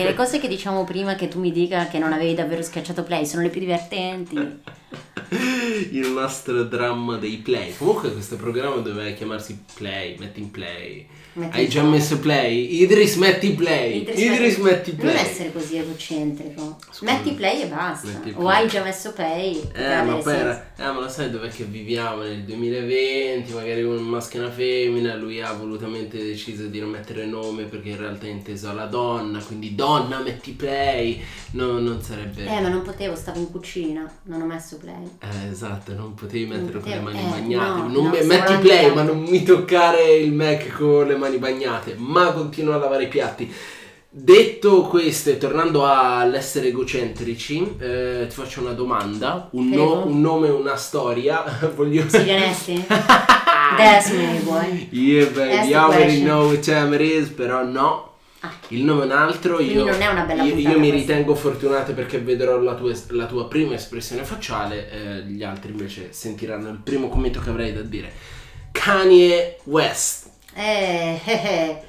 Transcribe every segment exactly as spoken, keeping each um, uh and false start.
Le cose che diciamo prima che tu mi dica che non avevi davvero schiacciato play sono le più divertenti. Il nostro dramma dei play. Comunque questo programma doveva chiamarsi Play, metti in play. Metti Hai in già play. messo play? Idris metti play. Idris, Idris metti play. Non essere così egocentrico. Scusa. Metti play e basta. Metti O play. hai già messo play. Eh poteva ma avere poi senso. era, eh ma lo sai dov'è che viviamo nel duemilaventi, magari con un maschio e una femmina, lui ha volutamente deciso di non mettere nome perché in realtà è inteso alla donna, quindi donna metti play, no, non sarebbe... Eh ma non potevo, stavo in cucina, non ho messo play. Eh esatto, non potevi mettere Non con le potevo, mani eh, bagnate, no, non no, me- stavo metti play lavando. ma non mi toccare il Mac con le mani bagnate, ma continua a lavare i piatti. Detto questo e tornando all'essere egocentrici, eh, ti faccio una domanda, un, no- Prego. un nome, una storia, voglio... Silvia Nesti? That's me, boy. Yeah baby, Ask I the already question. know what time it is, però no. Ah. Il nome è un altro, Quindi io, non è una bella io, puntata io mi questa. ritengo fortunato perché vedrò la tua, es- la tua prima espressione facciale, eh, gli altri invece sentiranno il primo commento che avrai da dire. Kanye West. Eh, eh, eh.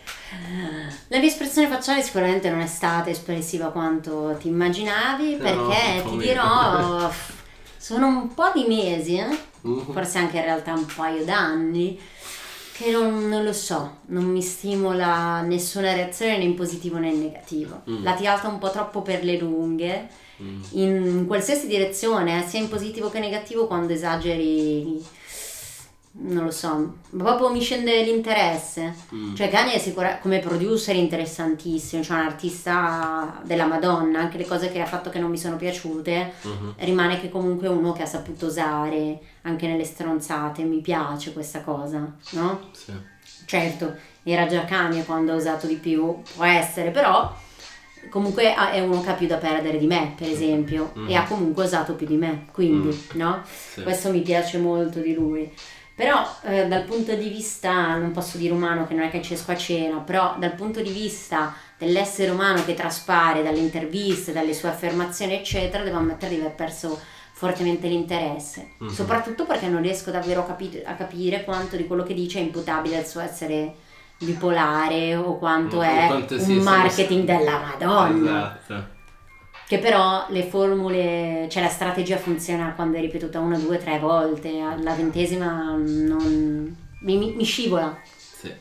La mia espressione facciale sicuramente non è stata espressiva quanto ti immaginavi, No, perché un po' ti meno. dirò, sono un po' di mesi, eh? Mhm. forse anche in realtà un paio d'anni, che non, non lo so, non mi stimola nessuna reazione né in positivo né in negativo. Mm. La tirata un po' troppo per le lunghe, Mm. in qualsiasi direzione, eh, sia in positivo che negativo, quando esageri, non lo so, ma proprio mi scende l'interesse. Mm. Cioè Kanye è sicura, come producer interessantissimo, cioè un artista della Madonna, anche le cose che ha fatto che non mi sono piaciute, Mhm. rimane che comunque è uno che ha saputo osare anche nelle stronzate, mi piace questa cosa, no? Sì. Certo, era già Kanye quando ha usato di più, può essere, però comunque ha- è uno che ha più da perdere di me, per esempio, Mm. e ha comunque usato più di me, quindi, Mm. no? Sì. Questo mi piace molto di lui. Però eh, dal punto di vista, non posso dire umano che non è che ci esco a cena, però dal punto di vista dell'essere umano che traspare dalle interviste, dalle sue affermazioni eccetera, devo ammettere di aver perso fortemente l'interesse, Mhm. soprattutto perché non riesco davvero a, capi- a capire quanto di quello che dice è imputabile al suo essere bipolare o quanto O è quanto un sia- marketing della Madonna. Esatto. Che però le formule, cioè la strategia funziona quando è ripetuta una, due, tre volte, alla ventesima non mi, mi- mi scivola. Sì.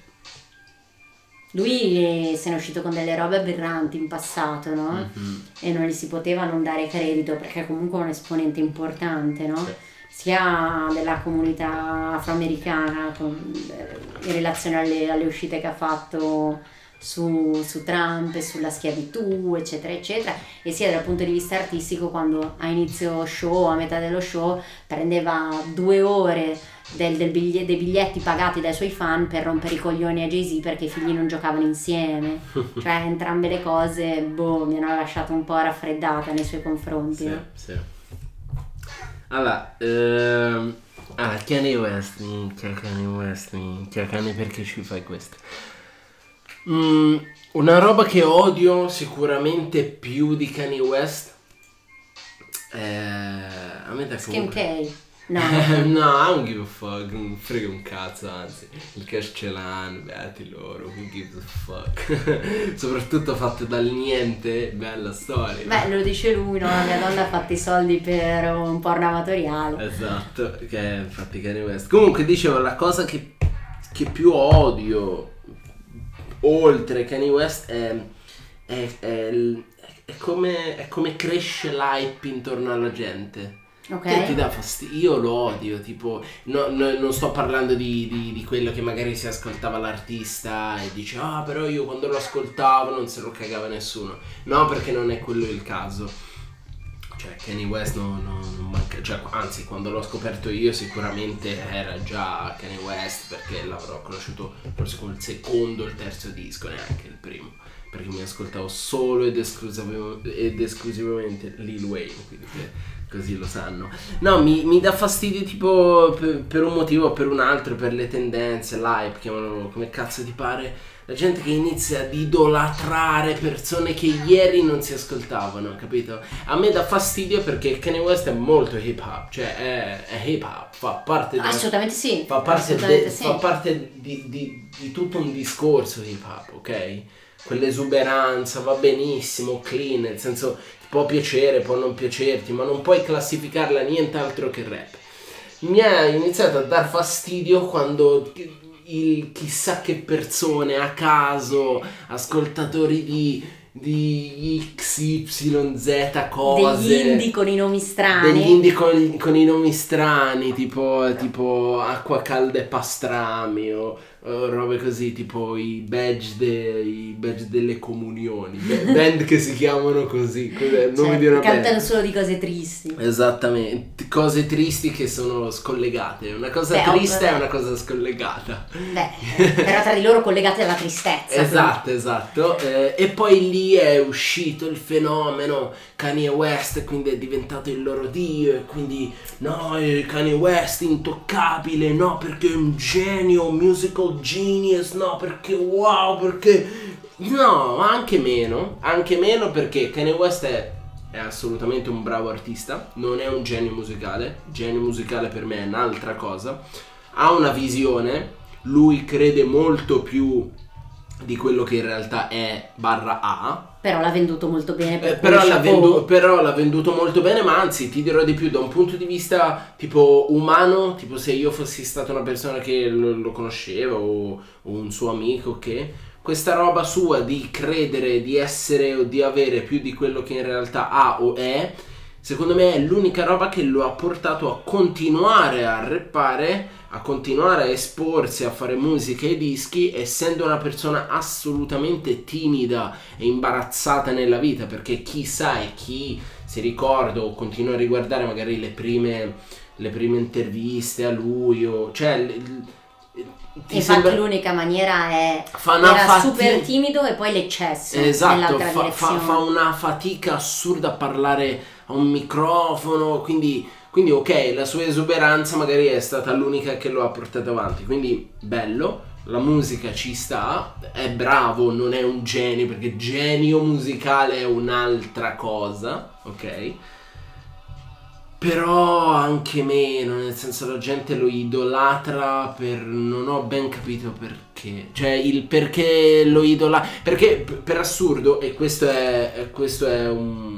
Lui se ne è uscito con delle robe aberranti in passato, no? Mhm. E non gli si poteva non dare credito perché comunque è un esponente importante, no? Sì. Sia della comunità afroamericana con- eh, in relazione alle, alle uscite che ha fatto su, su Trump e sulla schiavitù eccetera eccetera, e sia dal punto di vista artistico quando a inizio show, a metà dello show, prendeva due ore del, del biglie- dei biglietti pagati dai suoi fan per rompere i coglioni a Jay-Z perché i figli non giocavano insieme. Cioè entrambe le cose boh, mi hanno lasciato un po' raffreddata nei suoi confronti, Sì, no? sì. Allora, ehm, ah, Kanye West, minchia Kanye West, minchia Kanye, perché ci fai questo? Mm, una roba che odio sicuramente più di Kanye West, eh, a me da Kim comunque... K. No. No, I don't give a fuck, non frega un cazzo, anzi, il cash ce l'hanno, beati loro, who gives a fuck. Soprattutto fatto dal niente, bella storia. Beh, lo dice lui, no? La mia donna ha fatto i soldi per un porno amatoriale. Esatto, che è infatti Kanye West. Comunque dicevo, la cosa che, che più odio oltre Kanye West è, è, è, il- è come, è come cresce l'hype intorno alla gente. Ok? Che ti dà fastidio, io lo odio, tipo, no- no- non sto parlando di, di, di quello che magari si ascoltava l'artista e dice, ah però io quando lo ascoltavo non se lo cagava nessuno. No, perché non è quello il caso. Cioè Kanye West non, non, non manca, cioè anzi quando l'ho scoperto io sicuramente era già Kanye West perché l'avrò conosciuto forse come il secondo o il terzo disco, neanche il primo, perché mi ascoltavo solo ed, esclusiv- ed esclusivamente Lil Wayne, quindi che così lo sanno. No, mi, mi dà fastidio tipo per, per un motivo o per un altro, per le tendenze, l'hype, chiamano come cazzo ti pare, la gente che inizia ad idolatrare persone che ieri non si ascoltavano, capito? A me dà fastidio perché Kanye West è molto hip hop, cioè è, è hip hop, fa parte del- Assolutamente sì. fa parte, assolutamente de- sì. fa parte di, di- di tutto un discorso hip hop, ok? quell'esuberanza, va benissimo, clean, nel senso può piacere, può non piacerti, ma non puoi classificarla nient'altro che rap. Mi ha iniziato a dar fastidio quando il chissà che persone a caso, ascoltatori di di X Y Z cose, degli indie con i nomi strani, degli indie con, con i nomi strani, tipo, tipo Acqua Calda e Pastrami o, o robe così, tipo i badge, de, i badge delle comunioni, band che si chiamano così, nome cioè, di una cantano band. solo di cose tristi. Esattamente, cose tristi che sono scollegate. Una cosa Beh, triste oh, è una cosa scollegata. Beh, però tra di loro collegate alla tristezza. Esatto, quindi. esatto. Eh, e poi lì è uscito il fenomeno Kanye West, quindi è diventato il loro dio. E quindi no, Kanye West intoccabile, no perché è un genio, musical genius, no perché wow, perché no, anche meno, anche meno perché Kanye West è è assolutamente un bravo artista, non è un genio musicale, genio musicale per me è un'altra cosa, ha una visione, lui crede molto più di quello che in realtà è barra A. Però l'ha venduto molto bene, per eh, però, l'ha chapeau. vendu- però l'ha venduto molto bene, ma anzi ti dirò di più da un punto di vista tipo umano, tipo se io fossi stata una persona che lo, lo conosceva o, o un suo amico che... questa roba sua di credere di essere o di avere più di quello che in realtà ha o è, secondo me è l'unica roba che lo ha portato a continuare a rappare, a continuare a esporsi, a fare musica e dischi, essendo una persona assolutamente timida e imbarazzata nella vita, perché chi sa e chi si ricorda o continua a riguardare magari le prime, le prime interviste a lui o cioè... Ti infatti sembra... l'unica maniera è fa una era fati... super timido e poi l'eccesso esatto, nell'altra fa, direzione. Fa, fa una fatica assurda a parlare a un microfono, quindi, quindi ok, la sua esuberanza magari è stata l'unica che lo ha portato avanti, quindi bello, la musica ci sta, è bravo, non è un genio, perché genio musicale è un'altra cosa, ok? Però anche meno, nel senso la gente lo idolatra per... non ho ben capito perché. Cioè il perché lo idolatra... Perché per assurdo, e questo è, questo è un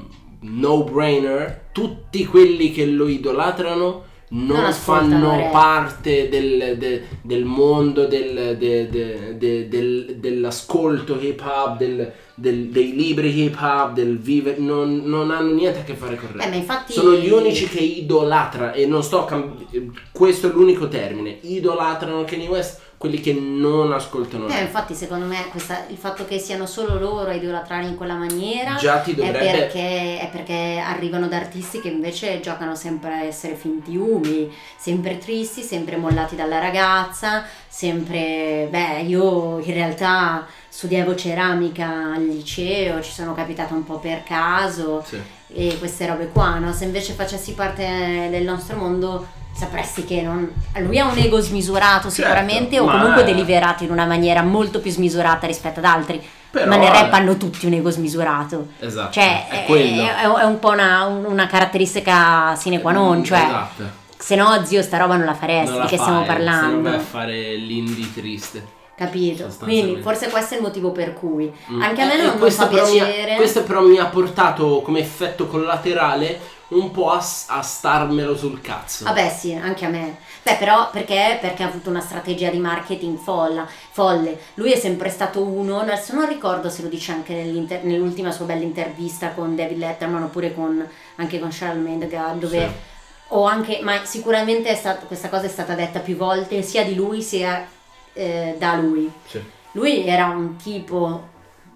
no-brainer, tutti quelli che lo idolatrano non, non fanno parte del, de, del mondo del, de, de, de, del, dell'ascolto hip hop, del, del, dei libri hip hop, del vivere, non, non hanno niente a che fare con rap. Eh, ma infatti... sono gli unici che idolatra, e non sto cambi- questo è l'unico termine, idolatrano Kanye West, quelli che non ascoltano eh, infatti secondo me questa, il fatto che siano solo loro a idolatrare in quella maniera già ti dovrebbe... è, perché, è perché arrivano da artisti che invece giocano sempre a essere finti umili, sempre tristi, sempre mollati dalla ragazza, sempre... beh, io in realtà studiavo ceramica al liceo, ci sono capitata un po' per caso, sì. E queste robe qua, no? Se invece facessi parte del nostro mondo sapresti che non... lui ha un ego smisurato sicuramente, certo, o comunque è... deliberato in una maniera molto più smisurata rispetto ad altri. Però ma nel rap hanno tutti un ego smisurato. Esatto. Cioè è, è, è un po' una, una caratteristica sine qua non, cioè esatto. Se no zio sta roba non la faresti, non la di che fai, stiamo parlando. Se non vai a fare l'indie triste. Capito? Quindi forse questo è il motivo per cui mm. anche a me non, non fa piacere. Ha, questo però mi ha portato come effetto collaterale un po' a, a starmelo sul cazzo. Vabbè sì, anche a me. Beh però perché? Perché ha avuto una strategia di marketing folla, folle. Lui è sempre stato uno, adesso non ricordo se lo dice anche nell'ultima sua bella intervista con David Letterman oppure con, anche con Charlemagne the God, dove... Sì. O anche, ma sicuramente è stato, questa cosa è stata detta più volte sia di lui sia eh, da lui. Sì. Lui era un tipo...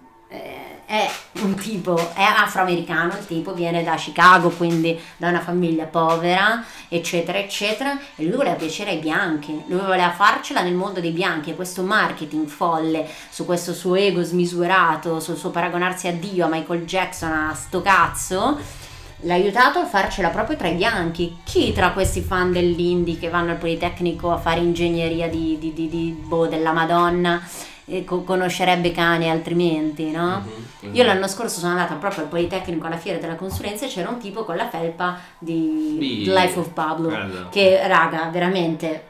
Eh, è un tipo, è afroamericano, il tipo viene da Chicago, quindi da una famiglia povera, eccetera eccetera, e lui voleva piacere ai bianchi, lui voleva farcela nel mondo dei bianchi, e questo marketing folle su questo suo ego smisurato, sul suo paragonarsi a Dio, a Michael Jackson, a sto cazzo, l'ha aiutato a farcela proprio tra i bianchi. Chi tra questi fan dell'indie che vanno al Politecnico a fare ingegneria di, di, di, di boh, della Madonna conoscerebbe Kanye altrimenti, no? Uh-huh, uh-huh. Io l'anno scorso sono andata proprio al Politecnico alla fiera della consulenza e c'era un tipo con la felpa di The Life of Pablo, bello. Che raga, veramente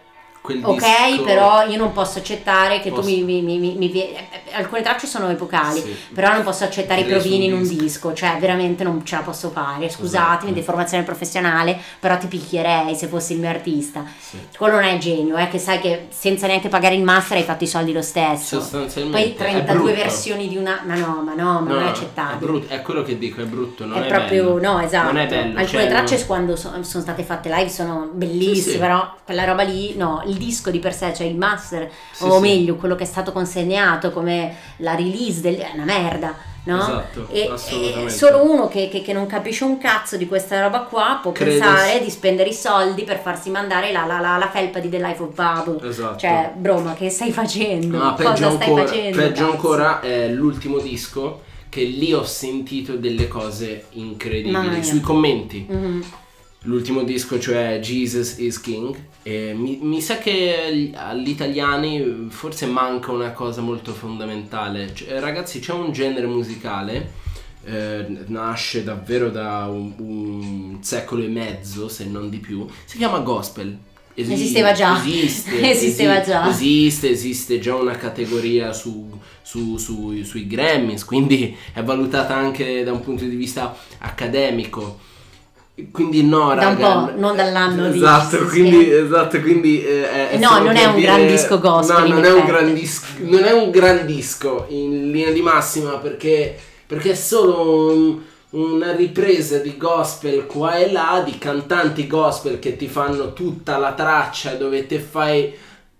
quel ok, disco... però io non posso accettare che Posso... tu mi, mi, mi, mi, mi alcune tracce sono epocali, sì. però non posso accettare i provini in un disco. disco, cioè veramente non ce la posso fare, scusatemi, esatto. di formazione professionale, però ti picchierei se fossi il mio artista. Sì. Quello non è genio, eh, che sai che senza neanche pagare il master hai fatto i soldi lo stesso. Sostanzialmente poi trentadue versioni di una, ma no, ma no, ma no, non è accettabile. È, brutto, è quello che dico, è brutto, non è, è, proprio, bello. no, esatto. Non è bello, alcune cioè, tracce no. quando so, sono state fatte live sono bellissime, sì, sì. Però quella roba lì, no, il disco di per sé, cioè il master, sì, o sì. meglio quello che è stato consegnato come la release del, è una merda, no? Esatto, e, assolutamente. E solo uno che, che, che non capisce un cazzo di questa roba qua può Credo pensare sì. di spendere i soldi per farsi mandare la, la, la, la felpa di The Life of Pablo. Esatto. Cioè, bro, ma che stai facendo? Ma Cosa peggio stai ancora, facendo? peggio cazzo? ancora è l'ultimo disco, che lì ho sentito delle cose incredibili sui commenti. Mm-hmm. L'ultimo disco, cioè Jesus is King, e mi, mi sa che agli italiani forse manca una cosa molto fondamentale. Cioè, ragazzi, c'è un genere musicale, eh, nasce davvero da un, un secolo e mezzo, se non di più, si chiama gospel. Esiste, esisteva già esiste, esisteva esiste, già esiste, esiste già una categoria su, su, su, sui Grammys, quindi è valutata anche da un punto di vista accademico. Quindi no, da raga, un po', non dall'anno esatto, di quindi, esatto, quindi eh, è no, non è un dire, gran disco gospel. No, non è un gran disco, non è un gran disco in linea di massima, perché perché è solo un, una ripresa di gospel qua e là, di cantanti gospel che ti fanno tutta la traccia dove te fai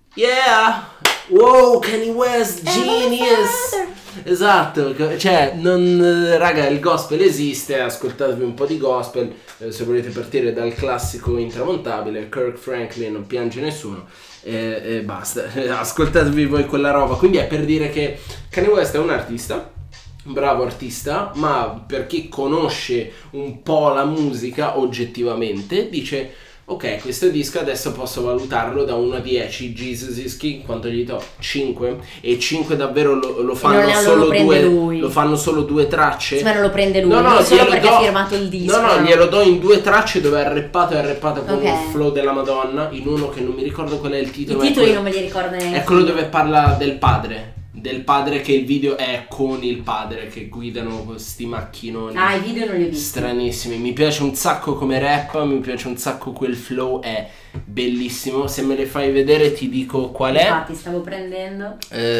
yeah, wow, Kanye West, genius. Esatto, cioè, non, raga, il gospel esiste, ascoltatevi un po' di gospel, eh, se volete partire dal classico intramontabile, Kirk Franklin, non piange nessuno, e, e basta, ascoltatevi voi quella roba. Quindi è per dire che Kanye West è un artista, un bravo artista, ma per chi conosce un po' la musica oggettivamente, dice... Ok, questo disco adesso posso valutarlo da uno a dieci. Jesus is King, quanto gli do? cinque? E cinque davvero lo, lo fanno non solo lo due lui. Lo fanno solo due tracce? Sì, ma non lo prende lui, no, no, non solo perché do, ha firmato il disco. No, no, glielo do in due tracce dove è rappato e è rappato con okay. un flow della Madonna. In uno che non mi ricordo qual è il titolo. I titoli quello, non me li ricordo neanche. È quello dove parla del padre. Del padre, che il video è con il padre che guidano questi macchinoni. Ah, i video non li ho visti. Stranissimi. Mi piace un sacco come rap, mi piace un sacco quel flow, è bellissimo. Se me le fai vedere ti dico qual è. Infatti stavo prendendo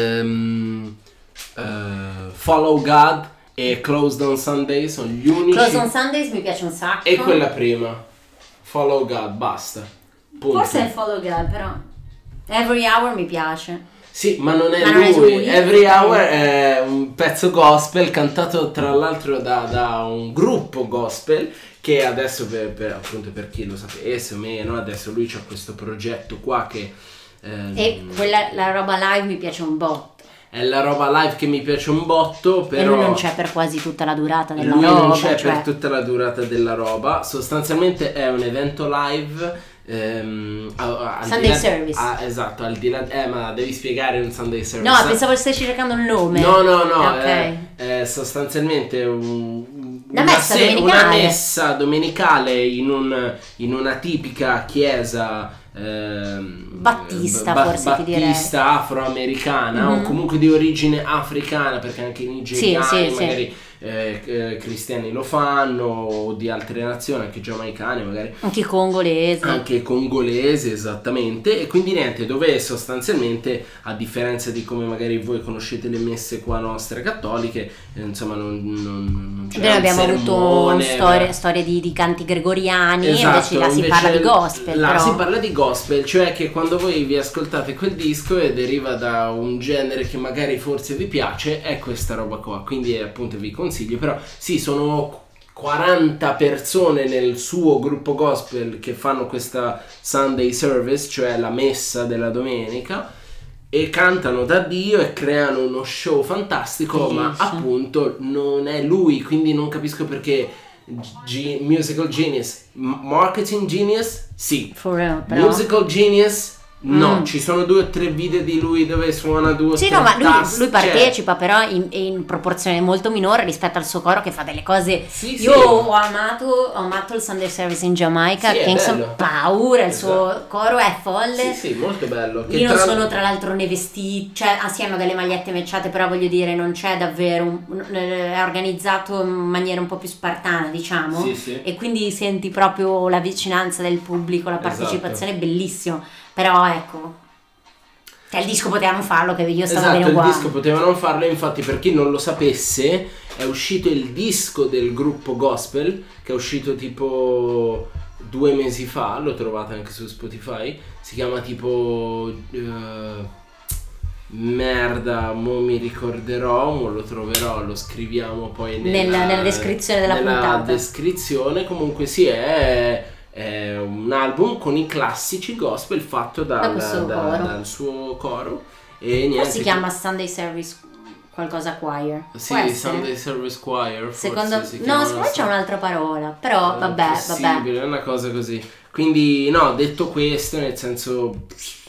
um, uh, Follow God e Closed on Sunday sono gli unici. Closed on Sundays mi piace un sacco. E quella prima, Follow God, basta. Punto. Forse è Follow God, però Every Hour mi piace. Sì, ma non è, ma lui. non è lui. Every Hour è un pezzo gospel cantato tra l'altro da, da un gruppo gospel che adesso per, per, appunto per chi lo sapesse o meno, adesso lui c'ha questo progetto qua che ehm, e quella la roba live mi piace un botto. È la roba live che mi piace un botto, però e lui non c'è per quasi tutta la durata della lui roba. non c'è cioè... per tutta la durata della roba. Sostanzialmente è un evento live. Um, a, a, Sunday là, service a, esatto, al di là, eh ma devi spiegare un Sunday service. No, pensavo stessi cercando un nome. No, no, no, okay. è, è sostanzialmente un, una, una, messa se, una domenicale. messa domenicale in, un, in una tipica chiesa ehm, battista, ba- forse battista ti direi. afroamericana, mm-hmm. o comunque di origine africana, perché anche i nigeriani sì, sì, magari sì. Eh, eh, cristiani lo fanno, o di altre nazioni, anche giamaicane magari, anche congolesi, anche congolesi, esattamente. E quindi niente, dove sostanzialmente, a differenza di come magari voi conoscete le messe qua nostre cattoliche, eh, insomma non, non, non c'è noi abbiamo sermone, avuto storie, storie di, di canti gregoriani, esatto, invece là si parla di gospel. Là però. si parla di gospel, cioè che quando voi vi ascoltate quel disco e deriva da un genere che magari forse vi piace, è questa roba qua. Quindi appunto vi consiglio, però sì, sono quaranta persone nel suo gruppo gospel che fanno questa Sunday service, cioè la messa della domenica, e cantano da Dio e creano uno show fantastico, sì, ma sì. appunto non è lui, quindi non capisco perché. G- musical genius, M- marketing genius, sì. For real, però. Musical genius, No, Mm. ci sono due o tre video di lui dove suona due o Sì, tre no, ma lui, tasti, lui cioè- partecipa, però in, in proporzione molto minore rispetto al suo coro che fa delle cose. Sì, Io sì. ho amato, ho amato il Sunday Service in Giamaica, Sì, è Kingston, bello. paura, il suo Esatto. coro è folle. Sì, sì, molto bello. Che Lì non tra- sono tra l'altro né vestiti, cioè ah, sì hanno delle magliette matchate, però voglio dire non c'è davvero, un- un- è organizzato in maniera un po' più spartana, diciamo, Sì, sì. e quindi senti proprio la vicinanza del pubblico, la Esatto. partecipazione, è bellissimo, però ecco, cioè il disco potevano farlo che io stavo Esatto, bene il uguale. disco potevano farlo, infatti per chi non lo sapesse è uscito il disco del gruppo gospel che è uscito tipo due mesi fa, lo trovate anche su Spotify, si chiama tipo eh, merda, mo mi ricorderò, mo lo troverò, lo scriviamo poi nella, Nella- nella descrizione della nella puntata. descrizione. Comunque sì, è, è un album con i classici gospel fatto dal, Da questo da- coro. dal suo coro e Forse niente. si chiama Sunday Service qualcosa choir. Sì, Può essere? Sunday Service Choir. Forse Secondo, si no, chiama secondo me c'è Sun- un'altra parola, però Eh, vabbè, vabbè. possibile, è una cosa così. Quindi, no, detto questo, nel senso,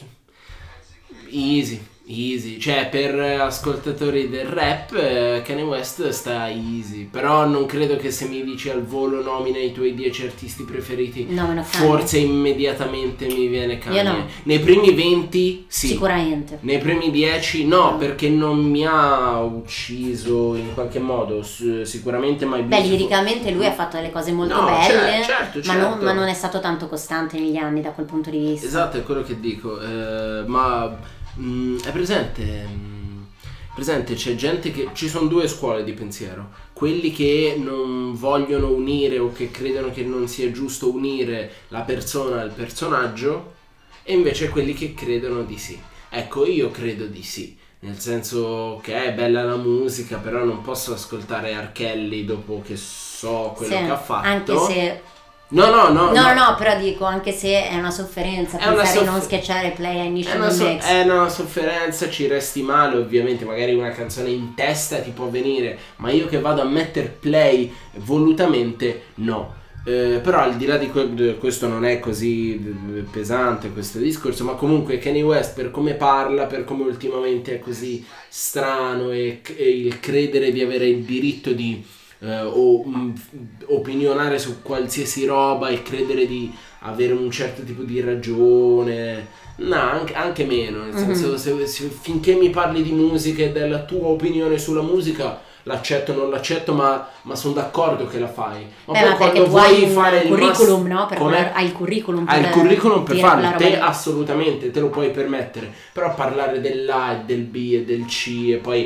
easy, easy. Cioè, per ascoltatori del rap, eh, Kanye West sta easy. Però non credo che se mi dici al volo nomina i tuoi dieci artisti preferiti, No, me lo Kanye. forse immediatamente mi viene Kanye. Io no. Nei primi venti, sì. Sicuramente. Nei primi dieci no, No. perché non mi ha ucciso in qualche modo. S- sicuramente mai Beh, liricamente lui ha fatto delle cose molto No, belle, cer- certo, ma, non, certo. ma non è stato tanto costante negli anni da quel punto di vista. Esatto, è quello che dico. eh, ma mh, è presente. mh, presente, c'è gente che. Ci sono due scuole di pensiero. Quelli che non vogliono unire o che credono che non sia giusto unire la persona al personaggio, e invece quelli che credono di sì. Ecco, io credo di sì. Nel senso che è bella la musica, però non posso ascoltare R. Kelly dopo che so quello Sì, che ha fatto. anche se No, no, no. no, no, no, però dico anche se è una sofferenza È una pensare di soff- non schiacciare play a È Initial una, so- Mix. è una sofferenza, ci resti male ovviamente, magari una canzone in testa ti può venire, ma io che vado a mettere play volutamente no. Eh, però al di là di que- questo non è così eh, pesante questo discorso, ma comunque Kanye West per come parla, per come ultimamente è così strano e, e il credere di avere il diritto di eh, o, mh, opinionare su qualsiasi roba e credere di avere un certo tipo di ragione, no, anche, anche meno, nel Mhm. senso se, se- finché mi parli di musica e della tua opinione sulla musica l'accetto o non l'accetto, ma, ma sono d'accordo che la fai. Ma Beh, poi ma perché quando tu vuoi hai un fare il curriculum, mas- no? Per Com'è? quella- hai il curriculum Hai il per curriculum per dire quella farlo, roba te lì. assolutamente te lo puoi permettere, però parlare dell'A e del B e del C e poi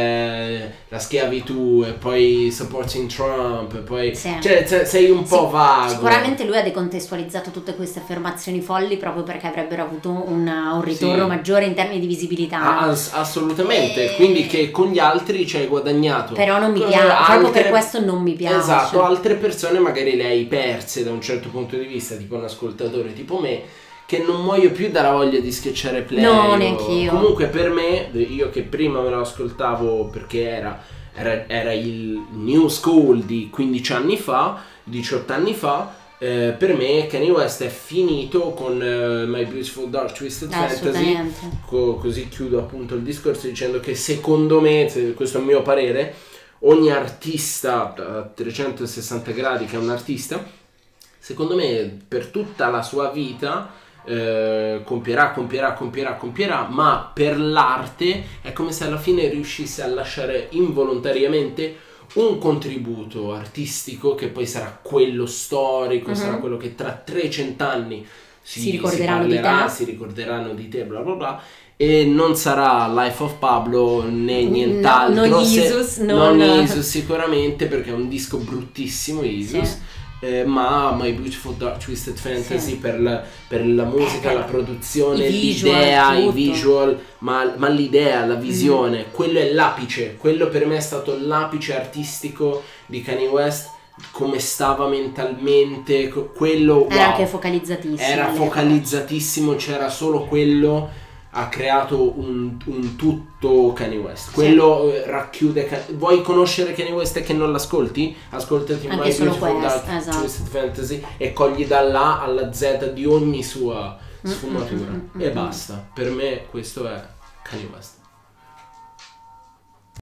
le- la schiavitù e poi supporting Trump e poi Sì. cioè se- sei un po' Sì, vago. Sicuramente lui ha decontestualizzato tutte queste affermazioni folli proprio perché avrebbero avuto un, un ritorno Sì. maggiore in termini di visibilità. Ah, no? ass- assolutamente, Eh, quindi che con gli altri ci hai guadagnato. Però non mi Con piace, proprio altre- per questo non mi piace. Esatto, altre persone magari le hai perse da un certo punto di vista, tipo un ascoltatore tipo me, che non muoio più dalla voglia di schiacciare play. No, o- neanch'io. Comunque per me, io che prima me lo ascoltavo perché era, era, era il new school di quindici anni fa, diciotto anni fa, eh, per me Kanye West è finito con eh, My Beautiful Dark Twisted Fantasy. Assolutamente. Co- così chiudo appunto il discorso dicendo che secondo me, se- questo è il mio parere, ogni artista a trecentosessanta gradi che è un artista, secondo me per tutta la sua vita eh, compierà, compierà, compierà, compierà, ma per l'arte è come se alla fine riuscisse a lasciare involontariamente un contributo artistico che poi sarà quello storico, Mhm. sarà quello che tra trecento anni si, Si ricorderanno si di parlerà, te. si ricorderanno di te, bla bla bla. E non sarà Life of Pablo né No, nient'altro, non se- Jesus, non non- Jesus sicuramente, perché è un disco bruttissimo Jesus. Sì. Eh, ma My Beautiful Dark Twisted Fantasy Sì. per, la, per la musica, Eh, la produzione, i visual, l'idea, i tutto. visual, ma, ma l'idea, la visione, quello è l'apice, quello per me è stato l'apice artistico di Kanye West, come stava mentalmente, co- quello Era wow. anche focalizzatissimo. Era all'epoca. focalizzatissimo, c'era solo quello, ha creato un, un tutto Kanye West. Quello eh, racchiude. Ka- Vuoi conoscere Kanye West e che non l'ascolti? Ascoltati Anche My solo Beautiful questo, Dark esatto. Twisted Fantasy e cogli dalla A alla Z di ogni sua sfumatura Mm, mm, mm, e mm. basta. Per me questo è Kanye West.